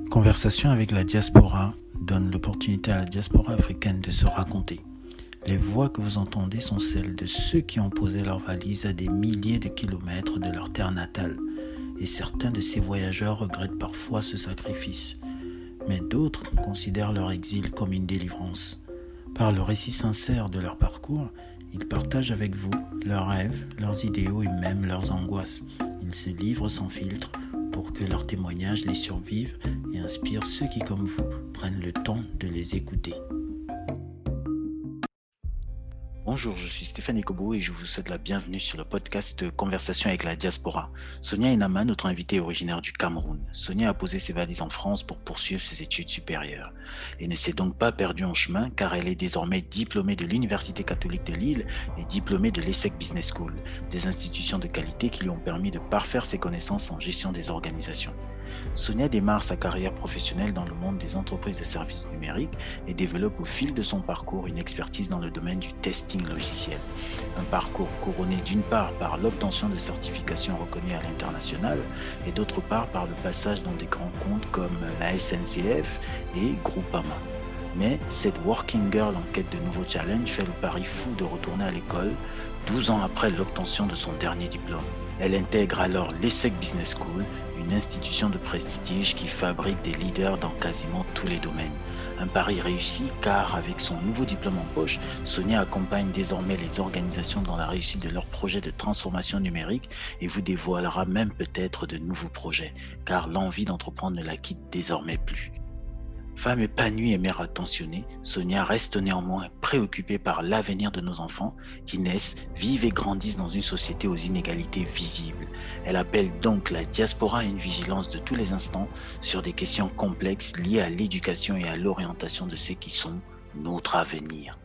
Conversation avec la diaspora donne l'opportunité à la diaspora africaine de se raconter. Les voix que vous entendez sont celles de ceux qui ont posé leurs valises à des milliers de kilomètres de leur terre natale. Et certains de ces voyageurs regrettent parfois ce sacrifice. Mais d'autres considèrent leur exil comme une délivrance. Par le récit sincère de leur parcours, ils partagent avec vous leurs rêves, leurs idéaux et même leurs angoisses. Ils se livrent sans filtre pour que leurs témoignages les survivent et inspirent ceux qui, comme vous, prennent le temps de les écouter. Bonjour, je suis Stéphane Ekobo et je vous souhaite la bienvenue sur le podcast de Conversation avec la diaspora. Sonia Inama, notre invitée est originaire du Cameroun. Sonia a posé ses valises en France pour poursuivre ses études supérieures et ne s'est donc pas perdue en chemin car elle est désormais diplômée de l'Université catholique de Lille et diplômée de l'ESSEC Business School, des institutions de qualité qui lui ont permis de parfaire ses connaissances en gestion des organisations. Sonia démarre sa carrière professionnelle dans le monde des entreprises de services numériques et développe au fil de son parcours une expertise dans le domaine du testing logiciel. Un parcours couronné d'une part par l'obtention de certifications reconnues à l'international et d'autre part par le passage dans des grands comptes comme la SNCF et Groupama. Mais cette working girl en quête de nouveaux challenges fait le pari fou de retourner à l'école 12 ans après l'obtention de son dernier diplôme. Elle intègre alors l'ESSEC Business School, une institution de prestige qui fabrique des leaders dans quasiment tous les domaines. Un pari réussi car avec son nouveau diplôme en poche, Sonia accompagne désormais les organisations dans la réussite de leurs projets de transformation numérique et vous dévoilera même peut-être de nouveaux projets car l'envie d'entreprendre ne la quitte désormais plus. Femme épanouie et mère attentionnée, Sonia reste néanmoins préoccupée par l'avenir de nos enfants qui naissent, vivent et grandissent dans une société aux inégalités visibles. Elle appelle donc la diaspora à une vigilance de tous les instants sur des questions complexes liées à l'éducation et à l'orientation de ceux qui sont notre avenir.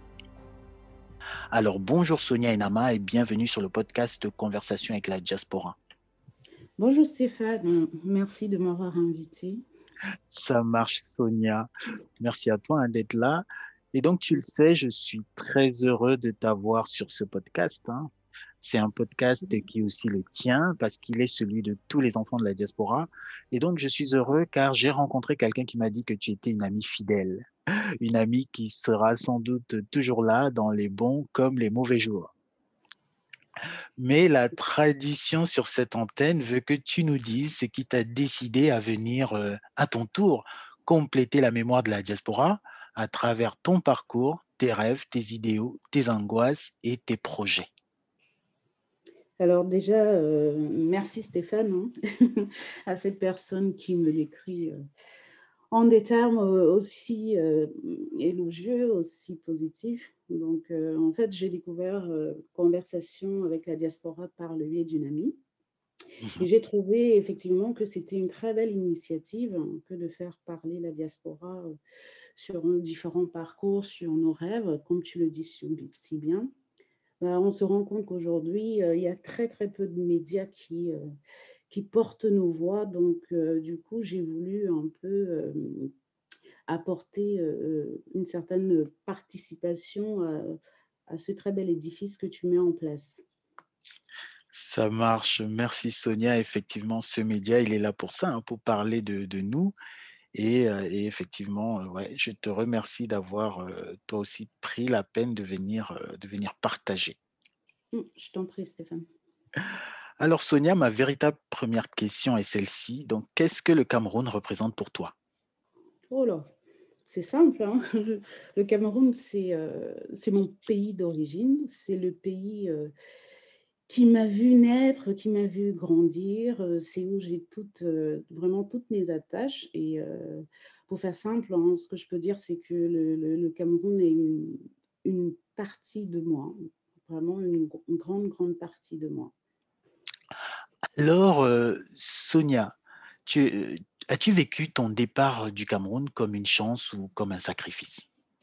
Alors bonjour Sonia Inama et bienvenue sur le podcast Conversation avec la diaspora. Bonjour Stéphane, merci de m'avoir invité. Ça marche Sonia, merci à toi d'être là. Et donc tu le sais, je suis très heureux de t'avoir sur ce podcast. C'est un podcast qui est aussi le tien parce qu'il est celui de tous les enfants de la diaspora. Et donc je suis heureux car j'ai rencontré quelqu'un qui m'a dit que tu étais une amie fidèle, une amie qui sera sans doute toujours là dans les bons comme les mauvais jours. Mais la tradition sur cette antenne veut que tu nous dises ce qui t'a décidé à venir à ton tour compléter la mémoire de la diaspora à travers ton parcours, tes rêves, tes idéaux, tes angoisses et tes projets. Alors déjà, merci Stéphane à cette personne qui me décrit en des termes aussi élogieux, aussi positifs. Donc en fait, j'ai découvert Conversation avec la diaspora par le biais d'une amie. Et j'ai trouvé effectivement que c'était une très belle initiative que de faire parler la diaspora sur nos différents parcours, sur nos rêves, comme tu le dis si bien. On se rend compte qu'aujourd'hui, il y a très, très peu de médias qui portent nos voix. Donc, du coup, j'ai voulu un peu apporter une certaine participation à ce très bel édifice que tu mets en place. Ça marche. Merci Sonia. Effectivement, ce média, il est là pour ça, pour parler de nous. Et effectivement, ouais, je te remercie d'avoir toi aussi pris la peine de venir partager. Je t'en prie, Stéphane. Alors Sonia, ma véritable première question est celle-ci. Donc, qu'est-ce que le Cameroun représente pour toi? Oh là, c'est simple, hein. Le Cameroun, c'est mon pays d'origine. C'est le pays qui m'a vu naître, qui m'a vu grandir. C'est où j'ai vraiment toutes mes attaches. Et pour faire simple, hein, ce que je peux dire, c'est que le Cameroun est une partie de moi, vraiment une grande, grande partie de moi. Alors, Sonia, tu, as-tu vécu ton départ du Cameroun comme une chance ou comme un sacrifice?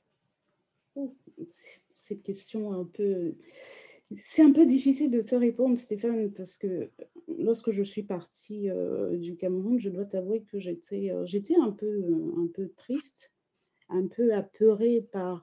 Oh, cette question c'est un peu difficile de te répondre, Stéphane, parce que lorsque je suis partie du Cameroun, je dois t'avouer que j'étais un peu triste, un peu apeurée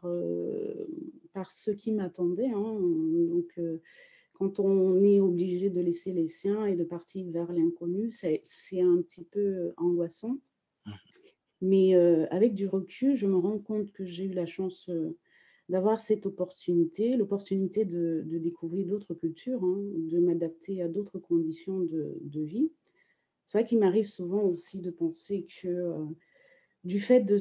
par ce qui m'attendait, hein. Donc, quand on est obligé de laisser les siens et de partir vers l'inconnu, c'est un petit peu angoissant. Mmh. Mais avec du recul, je me rends compte que j'ai eu la chance, d'avoir cette opportunité, l'opportunité de découvrir d'autres cultures, hein, de m'adapter à d'autres conditions de vie. C'est vrai qu'il m'arrive souvent aussi de penser que, du fait de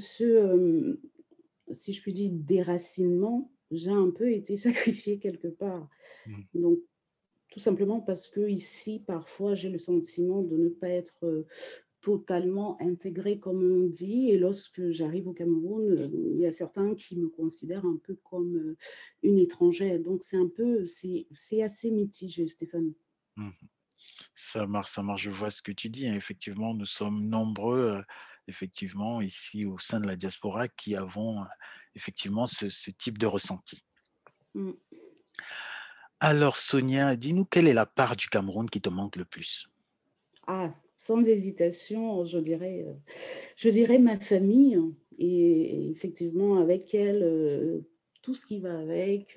si je puis dire, déracinement, j'ai un peu été sacrifiée quelque part. Mmh. Donc tout simplement parce que ici, parfois, j'ai le sentiment de ne pas être, totalement intégrée comme on dit, et lorsque j'arrive au Cameroun, il y a certains qui me considèrent un peu comme, une étrangère. Donc c'est assez mitigé, Stéphane. Mmh. Ça marche, je vois ce que tu dis, hein. Effectivement, nous sommes nombreux, effectivement, ici au sein de la diaspora qui avons, effectivement ce type de ressenti. Mmh. Alors Sonia, dis-nous quelle est la part du Cameroun qui te manque le plus? Ah, sans hésitation, je dirais ma famille, et effectivement avec elle, tout ce qui va avec,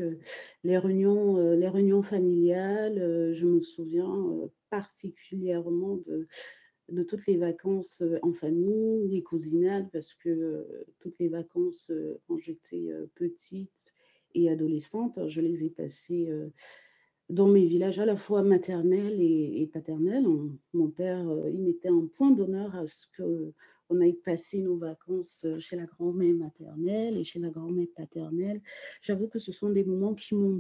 les réunions familiales, je me souviens, particulièrement de toutes les vacances, en famille, les cousinades, parce que, toutes les vacances, quand j'étais, petite et adolescente, je les ai passées, dans mes villages à la fois maternels et paternels. Mon père, il mettait un point d'honneur à ce qu'on aille passer nos vacances, chez la grand-mère maternelle et chez la grand-mère paternelle. J'avoue que ce sont des moments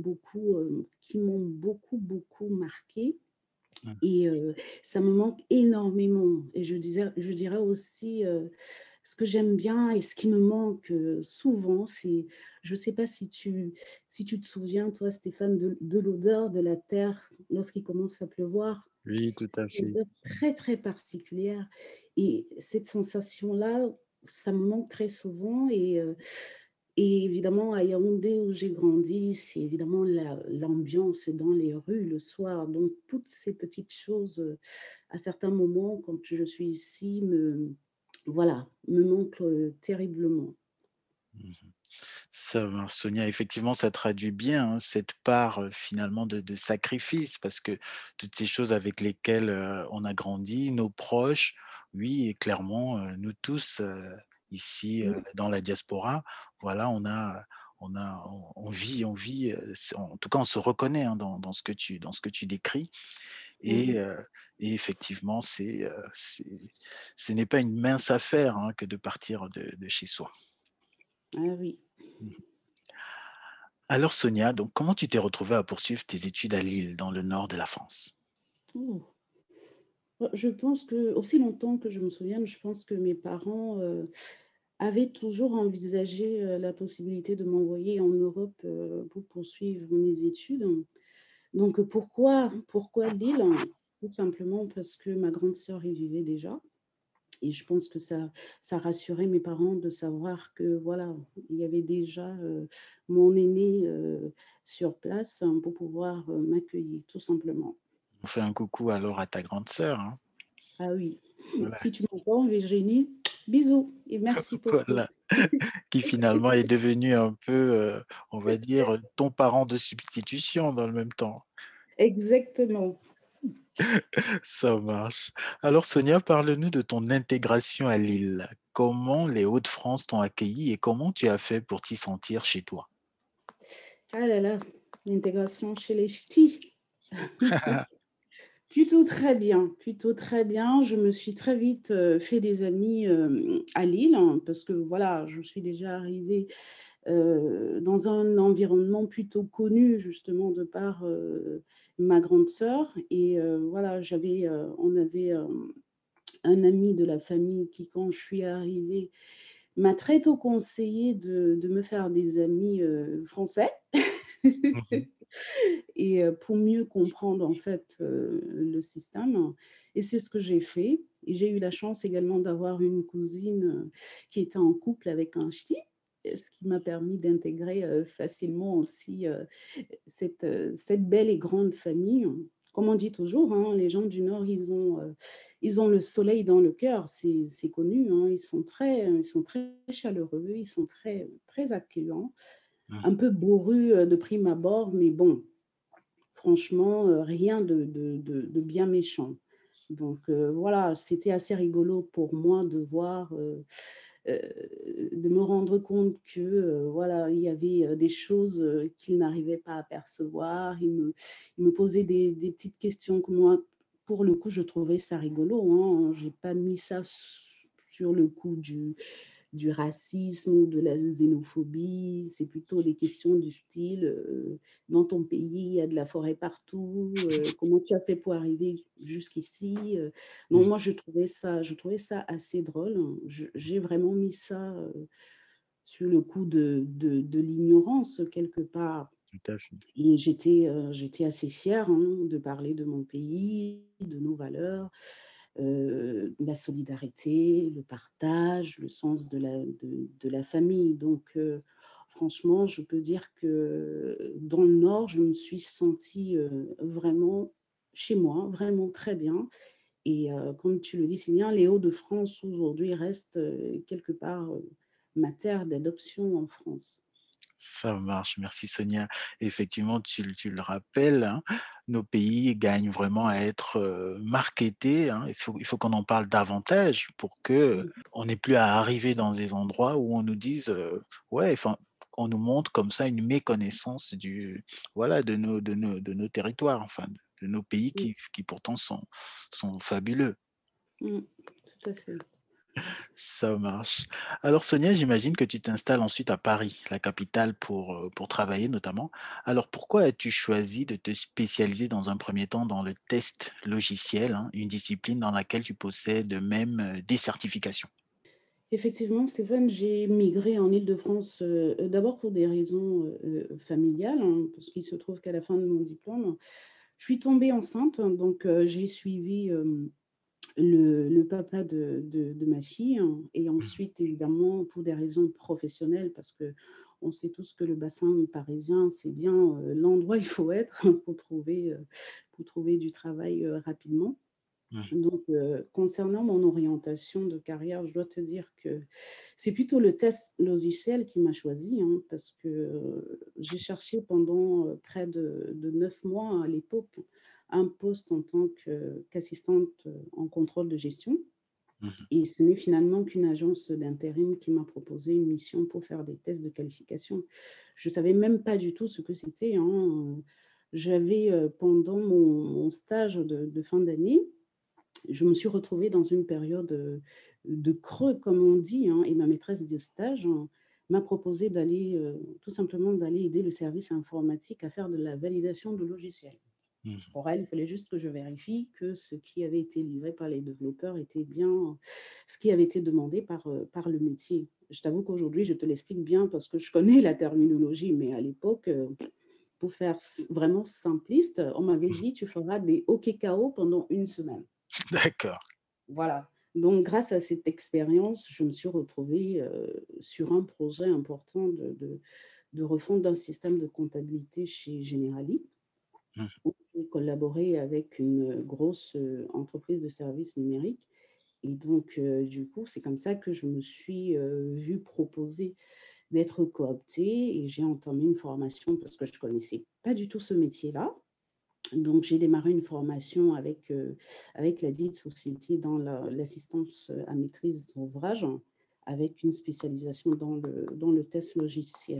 qui m'ont beaucoup, beaucoup marquée, Mmh. et ça me manque énormément, et je dirais aussi, ce que j'aime bien et ce qui me manque, souvent, c'est, je ne sais pas si tu te souviens, toi, Stéphane, de l'odeur de la terre lorsqu'il commence à pleuvoir. Oui, tout à Une fait. odeur très, très particulière, et cette sensation-là, ça me manque très souvent, et évidemment, à Yaoundé, où j'ai grandi, c'est évidemment l'ambiance dans les rues le soir. Donc toutes ces petites choses, à certains moments, quand je suis ici, me manquent, terriblement. Mmh. Ça marche, Sonia. Effectivement, ça traduit bien, hein, cette part, finalement de sacrifice parce que toutes ces choses avec lesquelles, on a grandi, nos proches, oui et clairement, nous tous, ici, Mmh, dans la diaspora, voilà, on vit, en tout cas, on se reconnaît, hein, dans ce que tu décris mmh. et effectivement, ce n'est pas une mince affaire, hein, que de partir de chez soi. Ah oui. Mmh. Alors Sonia, donc comment tu t'es retrouvée à poursuivre tes études à Lille, dans le nord de la France? Oh! Je pense que, aussi longtemps que je me souvienne, je pense que mes parents, avaient toujours envisagé, la possibilité de m'envoyer en Europe, pour poursuivre mes études. Donc pourquoi Lille? Tout simplement parce que ma grande sœur y vivait déjà, et je pense que ça rassurait mes parents de savoir que voilà, il y avait déjà, mon aîné, sur place, hein, pour pouvoir, m'accueillir, tout simplement. On fait un coucou alors à ta grande sœur, hein. Ah oui, Voilà, si tu m'entends Virginie, bisous et merci pour tout. voilà, qui finalement est devenu un peu, on va dire, ton parent de substitution dans le même temps. Exactement. Ça marche. Alors Sonia, parle-nous de ton intégration à Lille. Comment les Hauts-de-France t'ont accueilli et comment tu as fait pour t'y sentir chez toi? Ah là là, l'intégration chez les ch'tis. Plutôt très bien, plutôt très bien. Je me suis très vite, fait des amis, à Lille, hein, parce que voilà, je suis déjà arrivée, dans un environnement plutôt connu, justement de par, ma grande sœur, et voilà, on avait, un ami de la famille qui, quand je suis arrivée, m'a très tôt conseillé de me faire des amis, français. Mmh. Et pour mieux comprendre, en fait, le système, et c'est ce que j'ai fait, et j'ai eu la chance également d'avoir une cousine, qui était en couple avec un ch'ti, ce qui m'a permis d'intégrer, facilement aussi, cette belle et grande famille. Comme on dit toujours, hein, les gens du Nord, ils ont le soleil dans le cœur, c'est connu, hein. Ils sont très chaleureux, ils sont très, très accueillants, un Mmh. peu bourrus, de prime abord, mais bon, franchement, rien de bien méchant. Donc voilà, c'était assez rigolo pour moi de voir, heu, de me rendre compte que, voilà, il y avait, des choses, qu'il n'arrivait pas à percevoir. Il me posait des petites questions que moi, pour le coup, je trouvais ça rigolo, hein. J'ai pas mis ça sur le coup du racisme ou de la xénophobie. C'est plutôt des questions du style, «Dans ton pays, il y a de la forêt partout, comment tu as fait pour arriver jusqu'ici?» Donc Mmh, moi, je trouvais ça assez drôle. J'ai vraiment mis ça, sur le coup de l'ignorance quelque part, tout à fait. et j'étais assez fière, hein, de parler de mon pays, de nos valeurs, la solidarité, le partage, le sens de la famille. Donc franchement, je peux dire que dans le Nord, je me suis sentie, vraiment chez moi, vraiment très bien. Et comme tu le dis si bien, les Hauts-de-France aujourd'hui restent, quelque part, ma terre d'adoption en France. Ça marche, merci Sonia. Effectivement, tu le rappelles, hein, nos pays gagnent vraiment à être, marketés, hein. Il faut qu'on en parle davantage pour que Mmh, on n'ait plus à arriver dans des endroits où on nous dise, ouais, enfin, on nous montre comme ça une méconnaissance voilà, de nos territoires, enfin, de nos pays mmh, qui pourtant sont fabuleux. mmh, tout à fait. Ça marche. Alors Sonia, j'imagine que tu t'installes ensuite à Paris, la capitale pour travailler notamment. Alors pourquoi as-tu choisi de te spécialiser dans un premier temps dans le test logiciel, hein, une discipline dans laquelle tu possèdes même, des certifications? Effectivement, Stéphane, j'ai migré en Île-de-France, d'abord pour des raisons, familiales, hein, parce qu'il se trouve qu'à la fin de mon diplôme, je suis tombée enceinte, hein. Donc j'ai suivi, le papa de ma fille, hein, et Mmh. ensuite évidemment pour des raisons professionnelles, parce qu'on sait tous que le bassin parisien, c'est bien, l'endroit où il faut être pour trouver du travail, rapidement. Mmh. Donc concernant mon orientation de carrière, je dois te dire que c'est plutôt le test logiciel qui m'a choisie, hein, parce que, j'ai cherché pendant, près de 9 mois à l'époque, un poste en tant qu'assistante, en contrôle de gestion, Mmh. et ce n'est finalement qu'une agence d'intérim qui m'a proposé une mission pour faire des tests de qualification. Je ne savais même pas du tout ce que c'était, hein. J'avais, pendant mon stage de fin d'année, je me suis retrouvée dans une période, de creux comme on dit, hein, et ma maîtresse de stage, m'a proposé d'aller, tout simplement d'aller aider le service informatique à faire de la validation de logiciels. Mmh. Pour elle, il fallait juste que je vérifie que ce qui avait été livré par les développeurs était bien ce qui avait été demandé par le métier. Je t'avoue qu'aujourd'hui, je te l'explique bien parce que je connais la terminologie, mais à l'époque, pour faire vraiment simpliste, on m'avait Mmh. dit: «Tu feras des OKKO pendant une semaine». D'accord. Voilà. Donc grâce à cette expérience, je me suis retrouvée, sur un projet important de refonte d'un système de comptabilité chez Generali, Mmh. où j'ai collaboré avec une grosse, entreprise de services numériques. Et donc du coup, c'est comme ça que je me suis, vue proposer d'être cooptée, et j'ai entamé une formation parce que je connaissais pas du tout ce métier-là. Donc j'ai démarré une formation avec la dite société dans l'assistance, à maîtrise d'ouvrage, avec une spécialisation dans le test logiciel.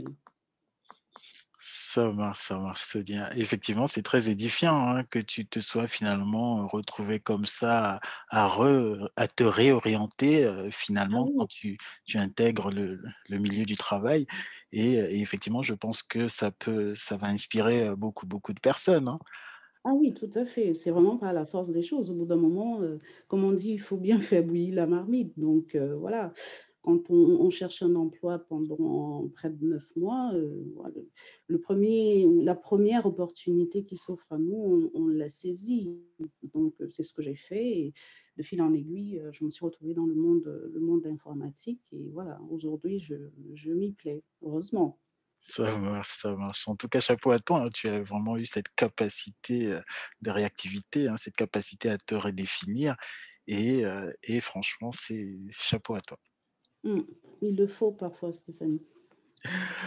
Ça marche, Sonia. Effectivement, c'est très édifiant, hein, que tu te sois finalement, retrouvée comme ça à te réorienter, Ah finalement quand oui, tu intègres le milieu du travail et effectivement, je pense que ça va inspirer, beaucoup, beaucoup de personnes, hein. ah oui, tout à fait. C'est vraiment par la force des choses. Au bout d'un moment, comme on dit: «Il faut bien faire bouillir la marmite». Donc voilà, quand on cherche un emploi pendant près de 9 mois, voilà, la première opportunité qui s'offre à nous, on la saisit. Donc c'est ce que j'ai fait, et de fil en aiguille, je me suis retrouvée dans le monde informatique, et voilà, aujourd'hui je m'y plais, heureusement. Ça marche, ça marche. En tout cas, chapeau à toi, hein, tu as vraiment eu cette capacité, de réactivité, hein, cette capacité à te redéfinir et franchement, c'est chapeau à toi. Mmh. Il le faut parfois, Stéphanie.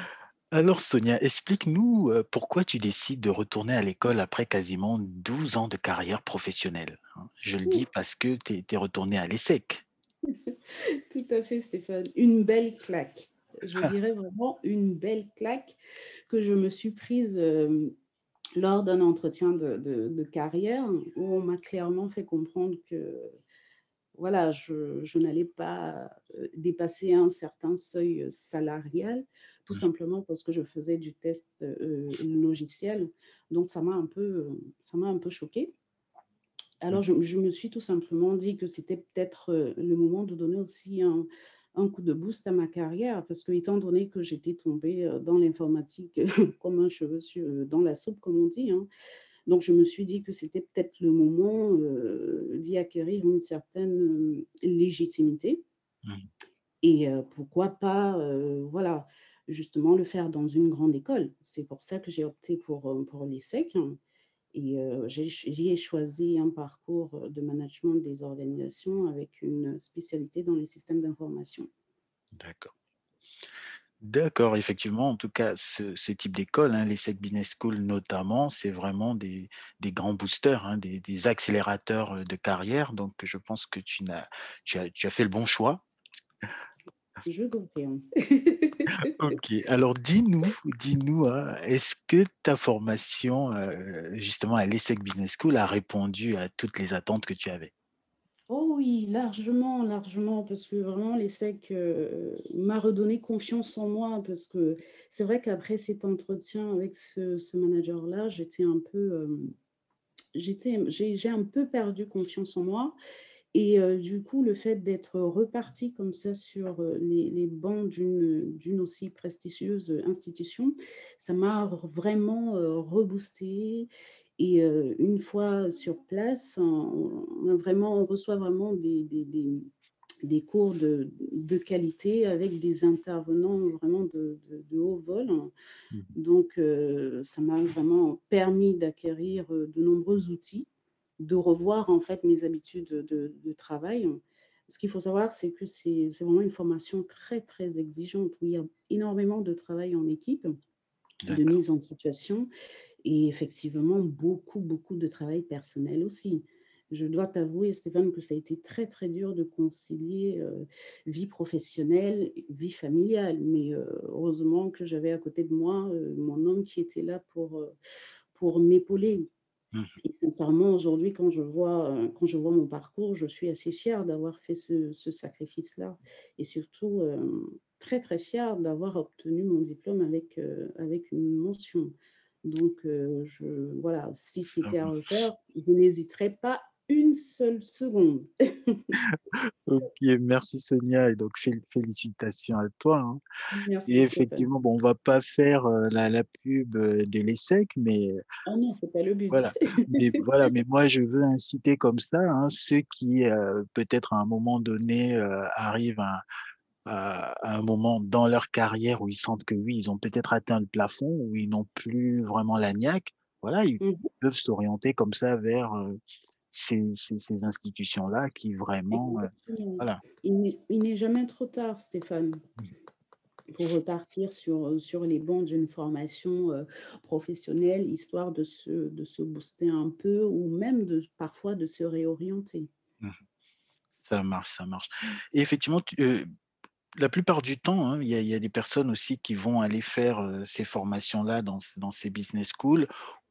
Alors Sonia, explique-nous pourquoi tu décides de retourner à l'école après quasiment 12 ans de carrière professionnelle, hein. Je le dis Ouh, parce que tu es retourné à l'ESSEC. tout à fait, Stéphane. Une belle claque. Je dirais vraiment une belle claque que je me suis prise lors d'un entretien de carrière où on m'a clairement fait comprendre que voilà, je n'allais pas dépasser un certain seuil salarial, tout simplement parce que je faisais du test logiciel. Donc, ça m'a un peu choquée. Alors, je me suis tout simplement dit que c'était peut-être le moment de donner aussi un coup de boost à ma carrière, parce que étant donné que j'étais tombée dans l'informatique comme un cheveu dans la soupe, comme on dit, hein, donc je me suis dit que c'était peut-être le moment d'y acquérir une certaine légitimité Mhm. et pourquoi pas, voilà, justement le faire dans une grande école. C'est pour ça que j'ai opté pour l'ESSEC. Et j'y ai choisi un parcours de management des organisations avec une spécialité dans les systèmes d'information. D'accord. D'accord, effectivement, en tout cas, ce type d'école, hein, l'ESSEC Business School notamment, c'est vraiment des grands boosters, hein, des accélérateurs de carrière. Donc, je pense que tu as fait le bon choix. Je confirme. Ok, alors dis-nous, hein, est-ce que ta formation, justement, à l'ESSEC Business School a répondu à toutes les attentes que tu avais? Oh oui, largement, largement, parce que vraiment l'ESSEC m'a redonné confiance en moi, parce que c'est vrai qu'après cet entretien avec ce manager-là, j'étais un peu, j'ai un peu perdu confiance en moi. Et du coup, le fait d'être reparti comme ça sur, les bancs d'une aussi prestigieuse institution, ça m'a vraiment, reboostée et une fois sur place, on reçoit vraiment des cours de qualité avec des intervenants vraiment de haut vol. Mhm. Donc ça m'a vraiment permis d'acquérir, de nombreux outils, de revoir en fait mes habitudes de travail. Ce qu'il faut savoir, c'est que c'est vraiment une formation très, très exigeante où il y a énormément de travail en équipe, de D'accord. mise en situation et effectivement beaucoup, beaucoup de travail personnel aussi. Je dois t'avouer, Stéphane, que ça a été très, très dur de concilier, vie professionnelle, vie familiale. Mais, heureusement que j'avais à côté de moi, mon homme qui était là pour m'épauler. Mhm. Et sincèrement, aujourd'hui, quand je vois mon parcours, je suis assez fière d'avoir fait ce sacrifice-là et surtout, très, très fière d'avoir obtenu mon diplôme avec une mention. Donc, je voilà, si Ça c'était à marche. refaire, je n'hésiterais pas une seule seconde. Ok, merci Sonia, et donc félicitations à toi, hein. Et Merci Stéphane. effectivement, bon, on va pas faire la pub de l'ESSEC, mais Oh non, c'est pas le but. voilà. Mais moi, je veux inciter comme ça, hein, ceux qui, peut-être à un moment donné, arrivent à un moment dans leur carrière où ils sentent que oui, ils ont peut-être atteint le plafond, où ils n'ont plus vraiment la niaque. Voilà, ils Mmh. peuvent s'orienter comme ça vers ces institutions-là qui vraiment, Exactement. voilà. Il n'est jamais trop tard, Stéphane. Pour repartir sur les bancs d'une formation, professionnelle, histoire de se booster un peu ou même parfois de se réorienter. Mhm. Ça marche, ça marche. Et effectivement, la plupart du temps, hein, il y a des personnes aussi qui vont aller faire, ces formations-là dans ces business schools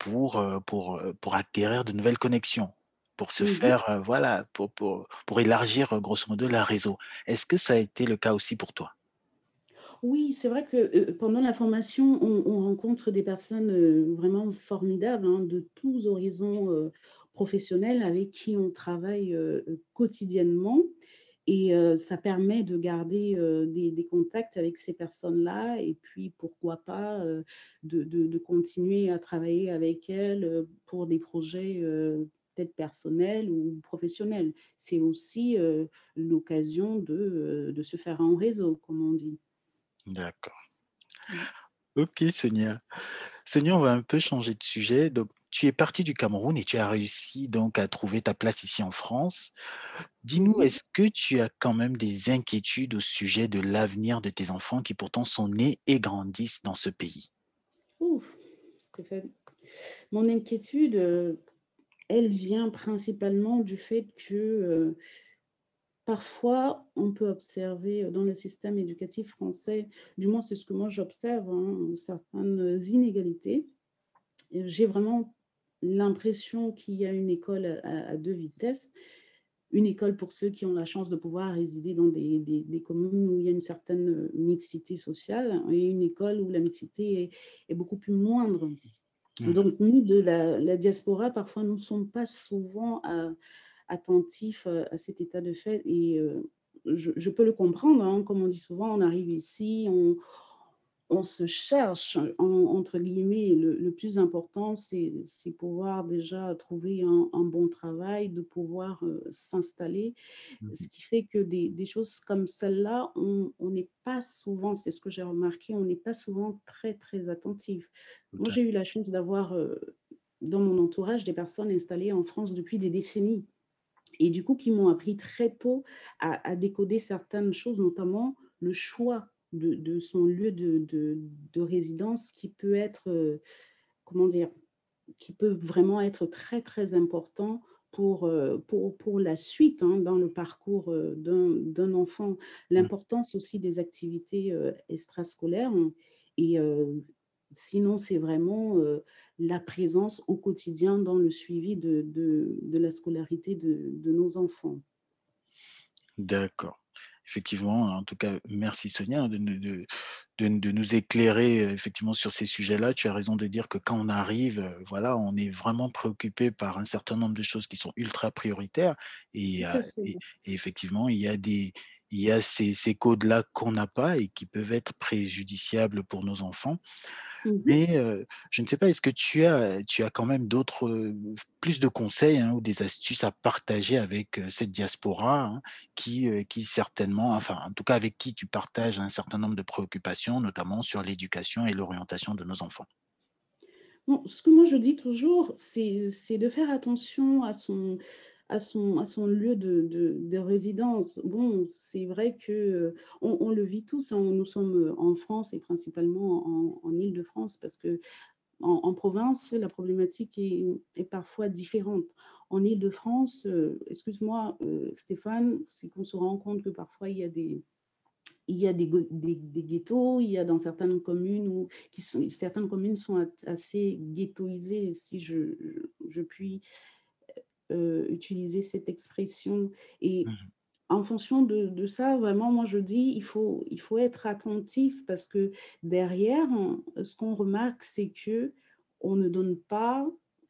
pour acquérir de nouvelles connexions, pour se Mmh. faire, voilà, pour élargir, grosso modo, leur réseau. Est-ce que ça a été le cas aussi pour toi? Oui, c'est vrai que, pendant la formation, on rencontre des personnes, vraiment formidables, hein, de tous horizons, professionnels avec qui on travaille, quotidiennement et ça permet de garder, des contacts avec ces personnes-là et puis pourquoi pas, de continuer à travailler avec elles, pour des projets, peut-être personnels ou professionnels. C'est aussi, l'occasion de se faire un réseau, comme on dit. D'accord. Mmh. OK Sonia. Sonia, on va un peu changer de sujet. Donc tu es parti du Cameroun et tu as réussi donc à trouver ta place ici en France. Dis-nous, Mhm. est-ce que tu as quand même des inquiétudes au sujet de l'avenir de tes enfants qui pourtant sont nés et grandissent dans ce pays? Ouf, Stéphane. Mon inquiétude, elle vient principalement du fait que, parfois, on peut observer, dans le système éducatif français, du moins c'est ce que moi j'observe, hein, certaines inégalités. Et j'ai vraiment l'impression qu'il y a une école à 2 vitesses. Une école pour ceux qui ont la chance de pouvoir résider dans des communes où il y a une certaine, mixité sociale et une école où la mixité est beaucoup plus moindre. Mmh, Donc nous, de la diaspora, parfois, nous ne sommes pas souvent, attentifs, à cet état de fait et je peux le comprendre, hein. Comme on dit souvent, on arrive ici, on se cherche, entre guillemets. Le plus important, c'est pouvoir déjà trouver un bon travail, de pouvoir, s'installer. Ce mmh. qui fait que des choses comme celle-là, on n'est pas souvent, c'est ce que j'ai remarqué, on n'est pas souvent très, très attentif. Tout Moi, à j'ai eu la chance d'avoir, dans mon entourage des personnes installées en France depuis des décennies et du coup qui m'ont appris très tôt à décoder certaines choses, notamment le choix de son lieu de résidence qui peut être, comment dire? Qui peut vraiment être très, très important pour la suite, hein, dans le parcours, d'un enfant. mmh. L'importance aussi des activités, extrascolaires, hein, et sinon c'est vraiment, la présence au quotidien dans le suivi de la scolarité de nos enfants. D'accord. Effectivement, en tout cas, merci Sonia de nous éclairer, effectivement sur ces sujets-là. Tu as raison de dire que quand on arrive, voilà, on est vraiment préoccupé par un certain nombre de choses qui sont ultra prioritaires et Tout heu à fait. et effectivement, il y a ces codes-là qu'on n'a pas et qui peuvent être préjudiciables pour nos enfants. Mmh. Mais, je ne sais pas, est-ce que tu as quand même d'autres, plus de conseils, hein, ou des astuces à partager avec, cette diaspora, hein, qui certainement enfin, en tout cas avec qui tu partages un certain nombre de préoccupations, notamment sur l'éducation et l'orientation de nos enfants? Bon, ce que moi je dis toujours, c'est de faire attention à son lieu de résidence. Bon, c'est vrai que, on le vit tous, hein, nous sommes, en France et principalement en Île-de-France parce que en province, la problématique est parfois différente. En Île-de-France, excuse-moi, Stéphane, c'est qu'on se rend compte que parfois il y a des ghettos, il y a dans certaines communes certaines communes sont assez ghettoisées, si je puis, utiliser cette expression et Mmh. en fonction de ça, vraiment, moi, je dis, il faut être attentif parce que derrière, ce qu'on remarque, c'est que on ne donne pas,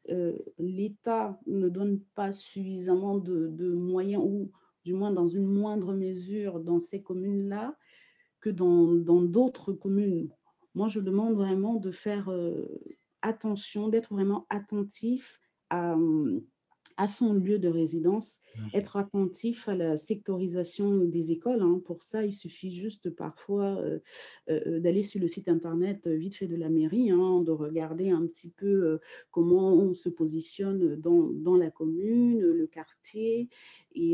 l'État ne donne pas suffisamment de moyens ou du moins dans une moindre mesure dans ces communes-là, que dans d'autres communes. Moi, je demande vraiment de faire, attention, d'être vraiment attentif à, à son lieu de résidence, Mmh. être attentif à la sectorisation des écoles, hein. Pour ça, il suffit juste parfois, d'aller sur le site internet, vite fait de la mairie, hein, de regarder un petit peu, comment on se positionne dans la commune, le quartier et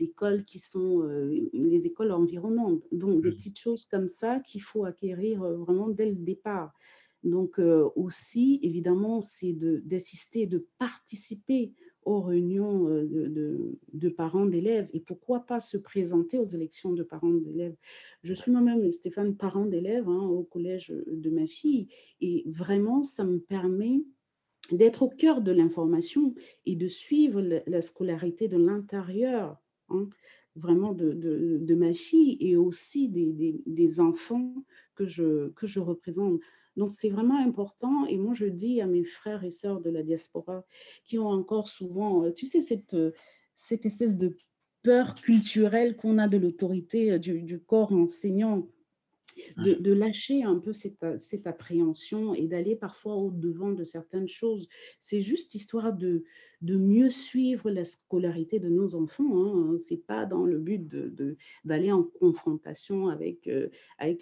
les écoles environnantes. Donc des Mmh. petites choses comme ça qu'il faut acquérir, vraiment dès le départ. Donc aussi évidemment, c'est d'assister, de participer aux réunions, de parents d'élèves et pourquoi pas se présenter aux élections de parents d'élèves. Je suis moi-même, Stéphane, parent d'élève, hein, au collège, de ma fille et vraiment ça me permet d'être au cœur de l'information et de suivre la scolarité de l'intérieur, hein, vraiment de ma fille et aussi des enfants que je représente. Donc c'est vraiment important et moi je dis à mes frères et sœurs de la diaspora qui ont encore souvent, tu sais cette espèce de peur culturelle qu'on a de l'autorité, du corps enseignant Mmh. de lâcher un peu cette appréhension et d'aller parfois au-devant de certaines choses. C'est juste histoire de mieux suivre la scolarité de nos enfants, hein. C'est pas dans le but d'aller en confrontation avec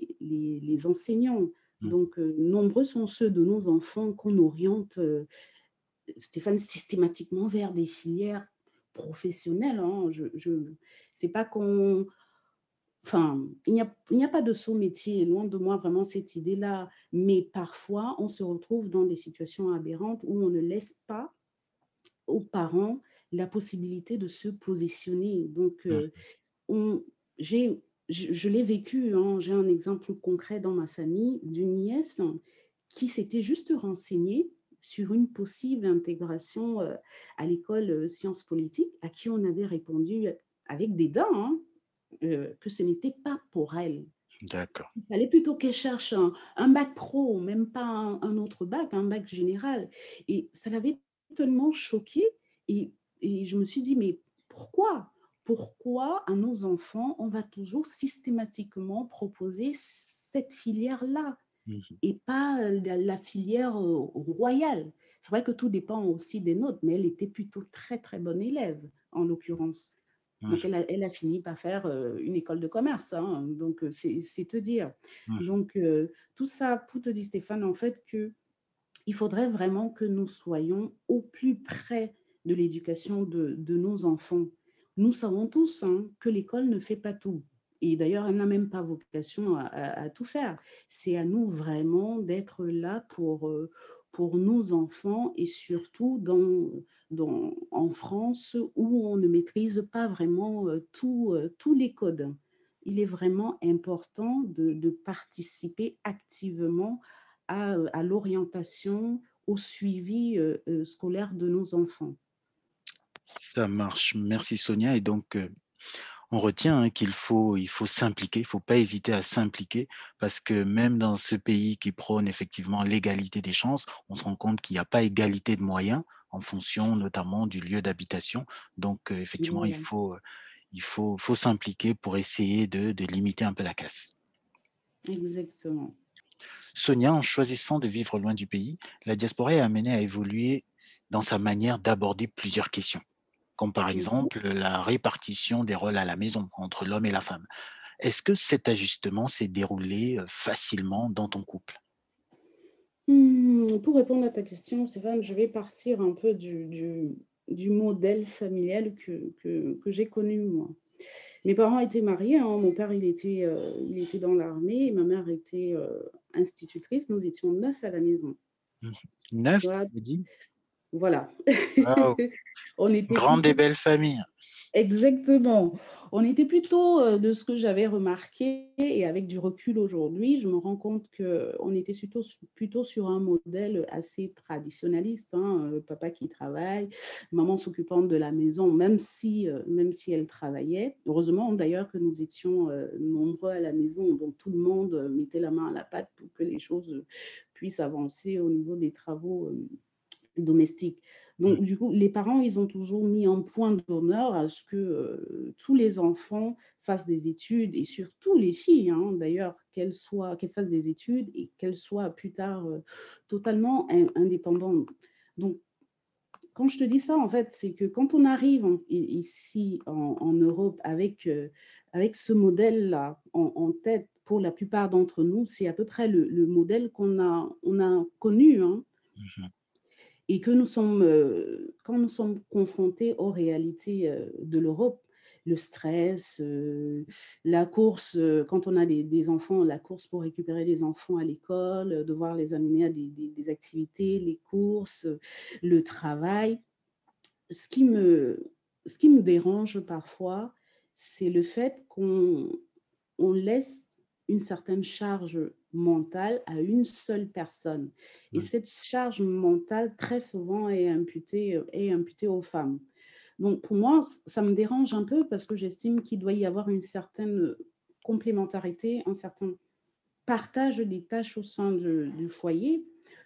les enseignants. Mmh. Donc, nombreux sont ceux de nos enfants qu'on oriente, Stéphane, systématiquement vers des filières professionnelles, hein. C'est pas qu'on enfin, il n'y a pas de saut métier, loin de moi vraiment cette idée-là. Mais parfois, on se retrouve dans des situations aberrantes où on ne laisse pas aux parents la possibilité de se positionner. Donc, Mmh. on j'ai je l'ai vécu, hein. J'ai un exemple concret dans ma famille d'une nièce qui s'était juste renseignée sur une possible intégration, à l'école, sciences politiques, à qui on avait répondu avec des dents, hein, que ce n'était pas pour elle. D'accord. Il fallait plutôt qu'elle cherche un bac pro, même pas un autre bac, un bac général, et ça l'avait tellement choquée, et je me suis dit: «Mais pourquoi? Pourquoi à nos enfants, on va toujours systématiquement proposer cette filière-là Mmh. et pas, la filière, royale?» C'est vrai que tout dépend aussi des notes, mais elle était plutôt très, très bonne élève, en l'occurrence. Donc Mmh. elle a fini par faire, une école de commerce, hein, donc c'est te dire. Mmh. Donc tout ça pour te dire, Stéphane, en fait, qu'il faudrait vraiment que nous soyons au plus près de l'éducation de nos enfants. Nous savons tous, hein, que l'école ne fait pas tout, et d'ailleurs, elle n'a même pas vocation à tout faire. C'est à nous vraiment d'être là pour nos enfants, et surtout en France où on ne maîtrise pas vraiment, tous les codes. Il est vraiment important de participer activement à l'orientation, au suivi, scolaire de nos enfants. Ça marche. Merci Sonia et donc, on retient, hein, il faut s'impliquer, il faut pas hésiter à s'impliquer parce que même dans ce pays qui prône effectivement l'égalité des chances, on se rend compte qu'il y a pas égalité de moyens en fonction notamment du lieu d'habitation. Donc, effectivement, Voilà, il faut s'impliquer pour essayer de limiter un peu la casse. exactement. Sonia, en choisissant de vivre loin du pays, la diaspora est amenée à évoluer dans sa manière d'aborder plusieurs questions, comme par Mmh. exemple la répartition des rôles à la maison entre l'homme et la femme. Est-ce que cet ajustement s'est déroulé facilement dans ton couple? Pour répondre à ta question, Stéphane, je vais partir un peu du modèle familial que j'ai connu moi. Mes parents étaient mariés, hein. Mon père, il était dans l'armée, et ma mère était, institutrice. Nous étions 9 à la maison. Mmh. 9, Voilà, tu me dis? voilà. Waouh! On était Grande et plutôt belle famille. Exactement. On était plutôt, de ce que j'avais remarqué, et avec du recul aujourd'hui, je me rends compte qu'on était plutôt sur un modèle assez traditionnaliste, hein, papa qui travaille, maman s'occupant de la maison, même si elle travaillait. Heureusement d'ailleurs que nous étions, nombreux à la maison, donc tout le monde, mettait la main à la pâte pour que les choses, puissent avancer au niveau des travaux, domestique. Mmh. Donc du coup, les parents, ils ont toujours mis un point d'honneur à ce que, tous les enfants fassent des études, et surtout les filles, hein, d'ailleurs, qu'elles fassent des études et qu'elles soient plus tard, totalement indépendantes. Donc quand je te dis ça, en fait, c'est que quand on arrive ici en Europe avec ce modèle-là en tête, pour la plupart d'entre nous, c'est à peu près le modèle on a connu, hein, Mmh. et que quand nous sommes confrontés aux réalités, de l'Europe, le stress, la course, quand on a des enfants, la course pour récupérer les enfants à l'école, devoir les amener à des activités, les courses, le travail. Ce qui me ce qui me dérange parfois, c'est le fait qu'on laisse une certaine charge mentale à une seule personne, et Mmh. cette charge mentale, très souvent, est imputée aux femmes. Donc pour moi, ça me dérange un peu parce que j'estime qu'il doit y avoir une certaine, complémentarité, un certain partage des tâches au sein du foyer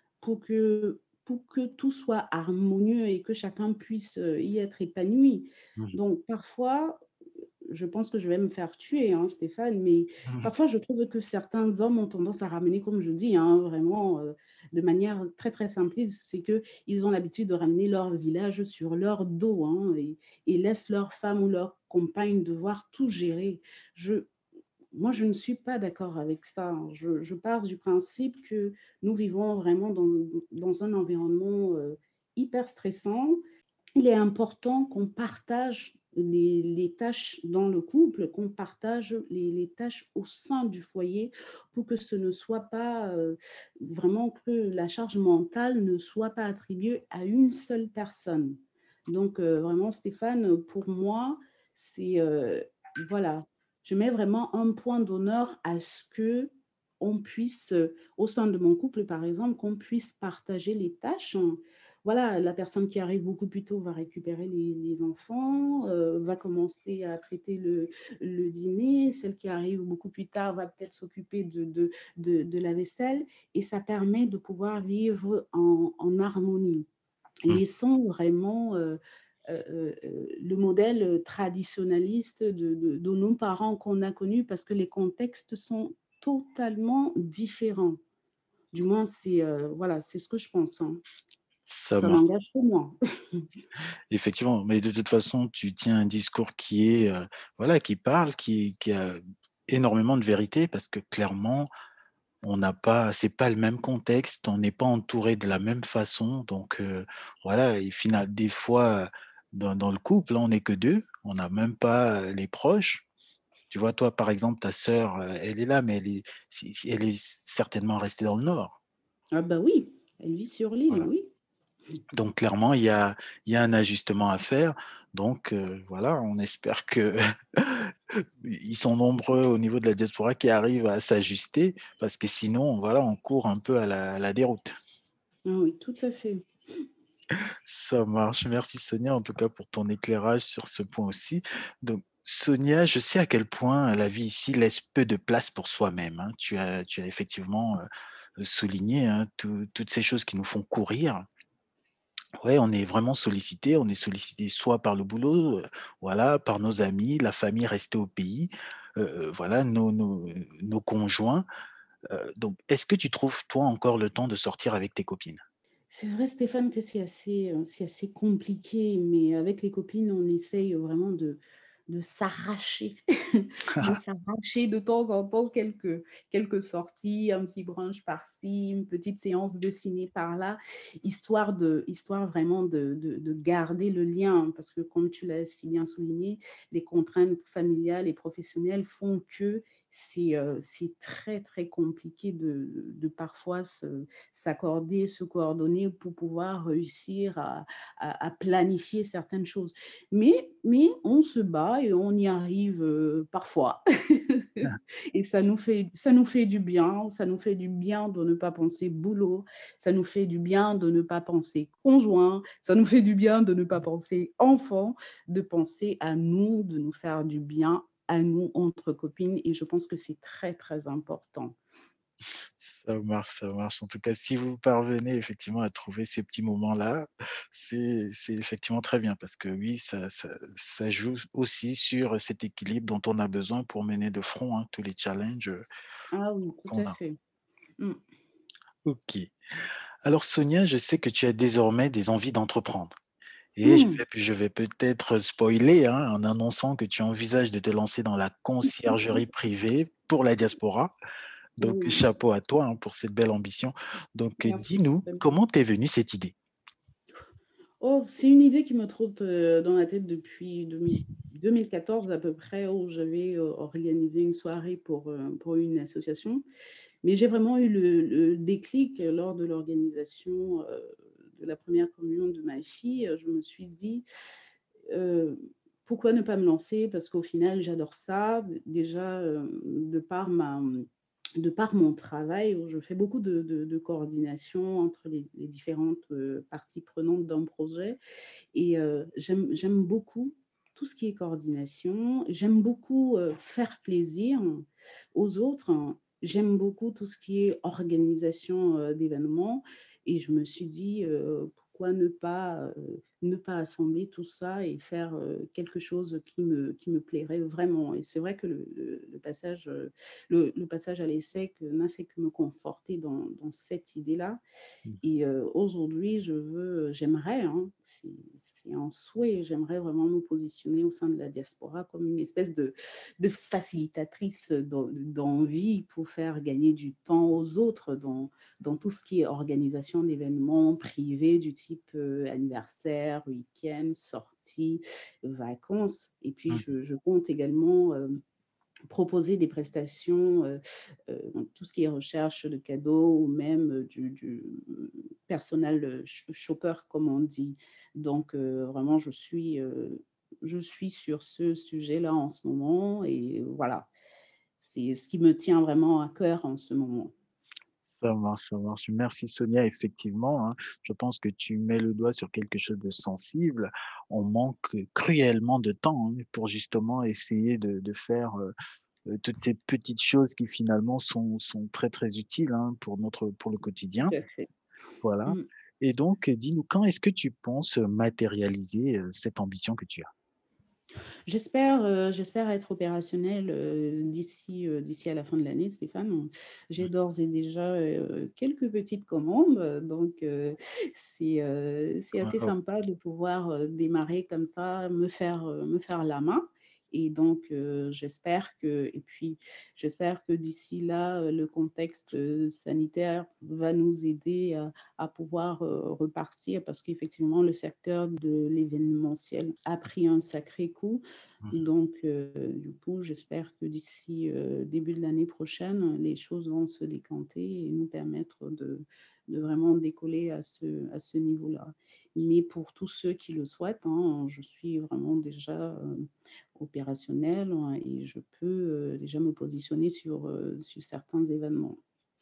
pour que tout soit harmonieux et que chacun puisse, y être épanoui. Mmh. Donc parfois, je pense que je vais me faire tuer, hein, Stéphane, mais Mmh. parfois je trouve que certains hommes ont tendance à ramener, comme je dis, hein, vraiment, de manière très, très simpliste, c'est qu'ils ont l'habitude de ramener leur village sur leur dos, hein, et laissent leur femme ou leur compagne devoir tout gérer. Je Moi, je ne suis pas d'accord avec ça, hein. Je pars du principe que nous vivons vraiment dans un environnement, hyper stressant. Il est important qu'on partage les tâches dans le couple, qu'on partage les tâches au sein du foyer pour que ce ne soit pas, vraiment que la charge mentale ne soit pas attribuée à une seule personne. Donc vraiment Stéphane, pour moi, c'est, voilà, je mets vraiment un point d'honneur à ce qu'on puisse, au sein de mon couple par exemple, qu'on puisse partager les tâches. Voilà, la personne qui arrive beaucoup plus tôt va récupérer les enfants, va commencer à prêter le dîner. Celle qui arrive beaucoup plus tard va peut-être s'occuper de la vaisselle et ça permet de pouvoir vivre en harmonie. Mm. Laissons vraiment, le modèle traditionnaliste de nos parents qu'on a connus parce que les contextes sont totalement différents. Du moins, c'est, voilà, c'est ce que je pense, hein. Ça Ça marche. n'engage que moi. Effectivement, mais de toute façon, tu tiens un discours qui est, voilà, qui parle, qui a énormément de vérité parce que clairement, on n'a pas c'est pas le même contexte, on n'est pas entouré de la même façon donc voilà et final des fois, dans le couple, hein, on n'est que 2, on n'a même pas, les proches. Tu vois, toi, par exemple, ta sœur, elle est là, mais elle est certainement restée dans le nord. Ah bah oui, elle vit sur l'île, Voilà. oui. Donc clairement, il y a un ajustement à faire. Donc voilà, on espère que ils sont nombreux au niveau de la diaspora qui arrivent à s'ajuster parce que sinon, voilà, on court un peu à la déroute. Ah oui, tout à fait. Ça marche. Merci Sonia, en tout cas, pour ton éclairage sur ce point aussi. Donc Sonia, je sais à quel point la vie ici laisse peu de place pour soi-même, hein. Tu as effectivement, souligné, hein, toutes ces choses qui nous font courir. Ouais, on est sollicité soit par le boulot, voilà, par nos amis, la famille restée au pays, voilà, nos conjoints. Donc est-ce que tu trouves, toi, encore le temps de sortir avec tes copines? C'est vrai Stéphane que c'est assez compliqué, mais avec les copines, on essaye vraiment de s'arracher, de s'arracher de temps en temps quelques sorties, un petit brunch par-ci, une petite séance de ciné par-là, histoire vraiment de garder le lien. Parce que comme tu l'as si bien souligné, les contraintes familiales et professionnelles font que c'est très, très compliqué de parfois s'accorder, se coordonner pour pouvoir réussir à planifier certaines choses. Mais on se bat et on y arrive parfois. Et ça nous fait du bien, ça nous fait du bien de ne pas penser boulot, ça nous fait du bien de ne pas penser conjoint, ça nous fait du bien de ne pas penser enfant, de penser à nous, de nous faire du bien à nous entre copines et je pense que c'est très, très important. Ça marche, ça marche. En tout cas, si vous parvenez effectivement à trouver ces petits moments-là, c'est effectivement très bien parce que oui, ça joue aussi sur cet équilibre dont on a besoin pour mener de front, hein, tous les challenges, Ah oui, tout qu'on à a. fait. Mmh. OK. Alors Sonia, je sais que tu as désormais des envies d'entreprendre et je Mmh. vais je vais peut-être spoiler, hein, en annonçant que tu envisages de te lancer dans la conciergerie privée pour la diaspora. Donc Oui, chapeau à toi, hein, pour cette belle ambition. Donc merci dis-nous, Stéphane. comment t'est venue cette idée? Oh, c'est une idée qui me trotte, dans la tête depuis 2014 à peu près où j'avais, organisé une soirée pour une association. Mais j'ai vraiment eu le déclic lors de l'organisation, de la première communion de ma fille. Je me suis dit: «Heu, pourquoi ne pas me lancer?» parce qu'au final, j'adore ça. Déjà, de par mon travail où je fais beaucoup de coordination entre les différentes, parties prenantes d'un projet et j'aime beaucoup tout ce qui est coordination. J'aime beaucoup, faire plaisir aux autres. J'aime beaucoup tout ce qui est organisation, d'événements et je me suis dit: «Pourquoi ne pas, ne pas assembler tout ça et faire quelque chose qui me plairait vraiment. Et c'est vrai que le passage à l'ESSEC n'a fait que me conforter dans cette idée-là. Mmh. Et aujourd'hui, j'aimerais, hein, c'est un souhait, j'aimerais vraiment me positionner au sein de la diaspora comme une espèce de facilitatrice d'envie pour faire gagner du temps aux autres dans tout ce qui est organisation d'événements privés du type anniversaire, week-end, sortie, vacances. Et puis, Mmh. je compte également proposer des prestations, tout ce qui est recherche de cadeaux ou même du personal shopper, comme on dit. Donc, vraiment, je suis sur ce sujet-là en ce moment et voilà, c'est ce qui me tient vraiment à cœur en ce moment. Ça marche, ça marche. Merci Sonia, effectivement, hein, je pense que tu mets le doigt sur quelque chose de sensible. On manque cruellement de temps, hein, pour justement essayer de faire, toutes ces petites choses qui finalement sont très, très utiles, hein, pour le Tout quotidien. à fait. Voilà. Mmh. Et donc, dis-nous, quand est-ce que tu penses matérialiser, cette ambition que tu as? J'espère être opérationnelle, d'ici à la fin de l'année, Stéphane. J'ai d'ores et déjà, quelques petites commandes, donc c'est assez Waouh! sympa de pouvoir, démarrer comme ça, me faire la main et donc j'espère que d'ici là, le contexte, sanitaire va nous aider à pouvoir, repartir parce qu'effectivement le secteur de l'événementiel a pris un sacré coup. Mmh. Donc, du coup, j'espère que d'ici, début de l'année prochaine, les choses vont se décanter et nous permettre de vraiment décoller à ce niveau-là. Mais pour tous ceux qui le souhaitent, hein, je suis vraiment déjà, opérationnelle, hein, et je peux, déjà me positionner sur certains événements.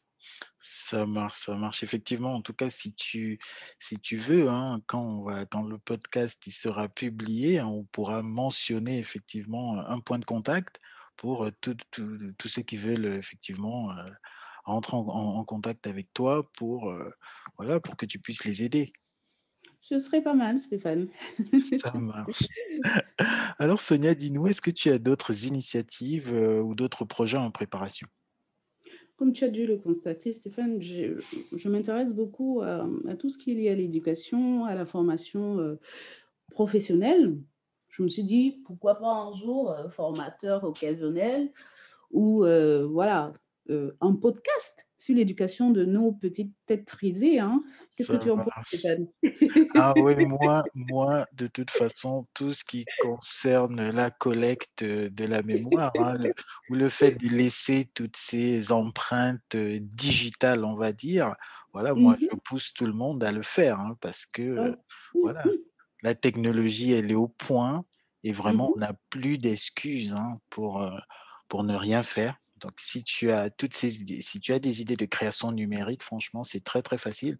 Ça marche, ça marche. Effectivement, en tout cas, si tu veux, hein, quand le podcast il sera publié, hein, on pourra mentionner effectivement, un point de contact pour, tous ceux qui veulent, effectivement, rentrer en contact avec toi pour, voilà, pour que tu puisses les aider. Ce serait pas mal, Stéphane. Ça marche. Alors Sonia, dis-nous, est-ce que tu as d'autres initiatives, ou d'autres projets en préparation? Comme tu as dû le constater, Stéphane, je m'intéresse beaucoup à tout ce qui est lié à l'éducation, à la formation professionnelle. Je me suis dit, pourquoi pas un jour formateur occasionnel ou voilà, un podcast sur l'éducation de nos petites têtes frisées, hein. Qu'est-ce que Ça tu en penses, marche. Stéphane? Ah oui, moi, de toute façon, tout ce qui concerne la collecte, de la mémoire, hein, ou le fait de laisser toutes ces empreintes, digitales, on va dire, voilà, moi, je Mhm. pousse tout le monde à le faire, hein, parce que, Ah. voilà, la technologie, elle est au point et vraiment, Mhm. on n'a plus d'excuses, hein, pour ne rien faire. Donc si tu as toutes ces idées si tu as des idées de création numérique, franchement, c'est très, très facile.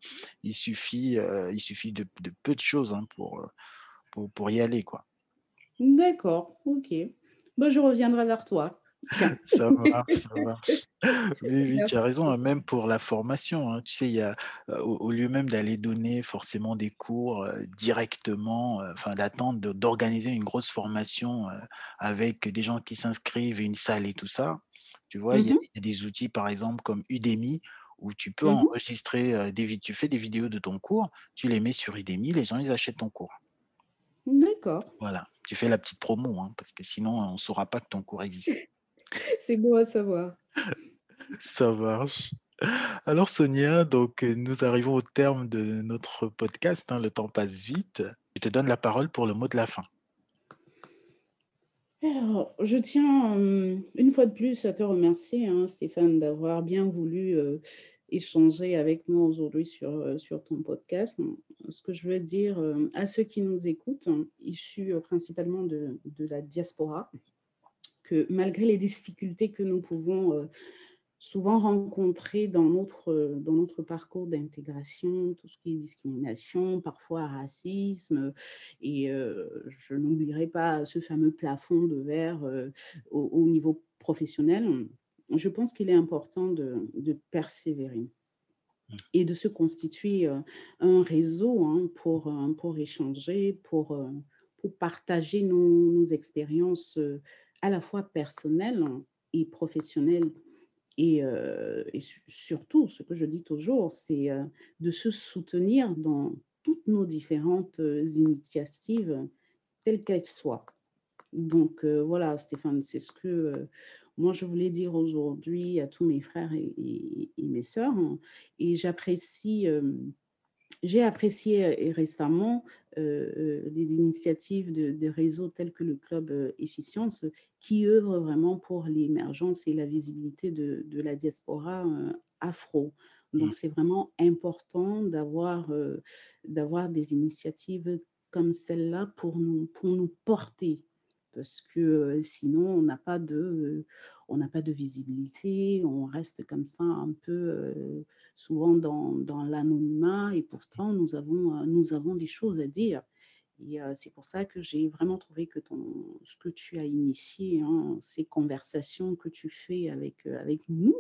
Il suffit de peu de choses, hein, pour y aller, quoi. D'accord, ok. Bah, je reviendrai vers toi. Tiens. Ça marche, ça marche. Oui, oui, tu as Merci, raison, hein, même Stéphane. pour la formation, hein. Tu sais, il y a, au lieu même d'aller donner forcément des cours, directement, enfin d'attendre d'organiser une grosse formation, avec des gens qui s'inscrivent et une salle et tout ça, tu vois? Mhm. Il y a des outils, par exemple, comme Udemy, où tu peux Mhm. enregistrer, tu fais des vidéos de ton cours, tu les mets sur Udemy, les gens, ils achètent ton cours. D'accord. Voilà, tu fais la petite promo, hein, parce que sinon, on ne saura pas que ton cours existe. C'est bon à savoir. Ça marche. Alors Sonia, donc nous arrivons au terme de notre podcast, hein, le temps passe vite. Je te donne la parole pour le mot de la fin. Alors, je tiens, une fois de plus à te remercier, hein, Stéphane, d'avoir bien voulu, échanger avec moi aujourd'hui sur ton podcast. Ce que je veux dire, à ceux qui nous écoutent, hein, issus, principalement de la diaspora, que malgré les difficultés que nous pouvons, souvent rencontrés dans notre parcours d'intégration, tout ce qui est discrimination, parfois racisme, et je n'oublierai pas ce fameux plafond de verre, au niveau professionnel. Je pense qu'il est important de persévérer. et de se constituer un réseau hein, pour échanger, pour partager nos expériences à la fois personnelles et professionnelles. Surtout, ce que je dis toujours, c'est de se soutenir dans toutes nos différentes initiatives, telles qu'elles soient. Donc voilà, Stéphane, c'est ce que moi je voulais dire aujourd'hui à tous mes frères et mes sœurs, hein. Et j'ai apprécié récemment des initiatives de réseaux tels que le Club Efficience qui œuvrent vraiment pour l'émergence et la visibilité de la diaspora afro. Mm. Donc, c'est vraiment important d'avoir des initiatives comme celle-là pour nous porter. Parce que sinon, on n'a pas de visibilité, on reste comme ça un peu souvent dans l'anonymat et pourtant nous avons des choses à dire. Et c'est pour ça que j'ai vraiment trouvé que ce que tu as initié, hein, ces conversations que tu fais avec nous,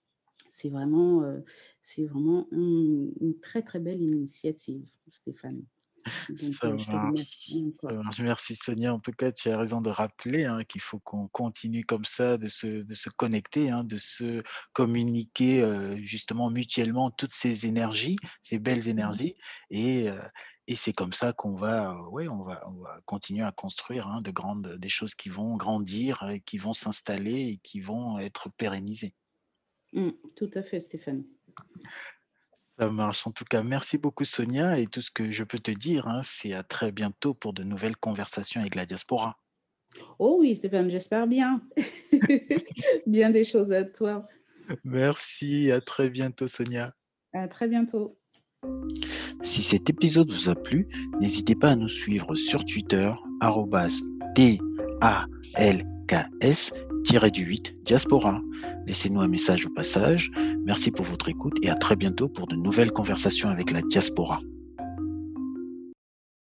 c'est vraiment une très, très belle initiative, Stéphane. Donc, Ça je te marche, remercie ça encore. marche. Merci Sonia. En tout cas, tu as raison de rappeler, hein, qu'il faut qu'on continue comme ça de se connecter, hein, de se communiquer, justement mutuellement toutes ces énergies, ces belles Mhm. énergies et heu et c'est comme ça qu'on va, ouais, on va continuer à construire, hein, des choses qui vont grandir et qui vont s'installer et qui vont être pérennisées. Tout à fait, Stéphane. Ça marche. En tout cas, merci beaucoup Sonia et tout ce que je peux te dire, hein, c'est à très bientôt pour de nouvelles conversations avec la diaspora. Oh oui, Stéphane, j'espère bien. Bien des choses à toi. Merci, à très bientôt Sonia. À très bientôt. Si cet épisode vous a plu, n'hésitez pas à nous suivre sur Twitter, DALKS-8 Diaspora. Laissez-nous un message au passage. Merci pour votre écoute et à très bientôt pour de nouvelles conversations avec la diaspora.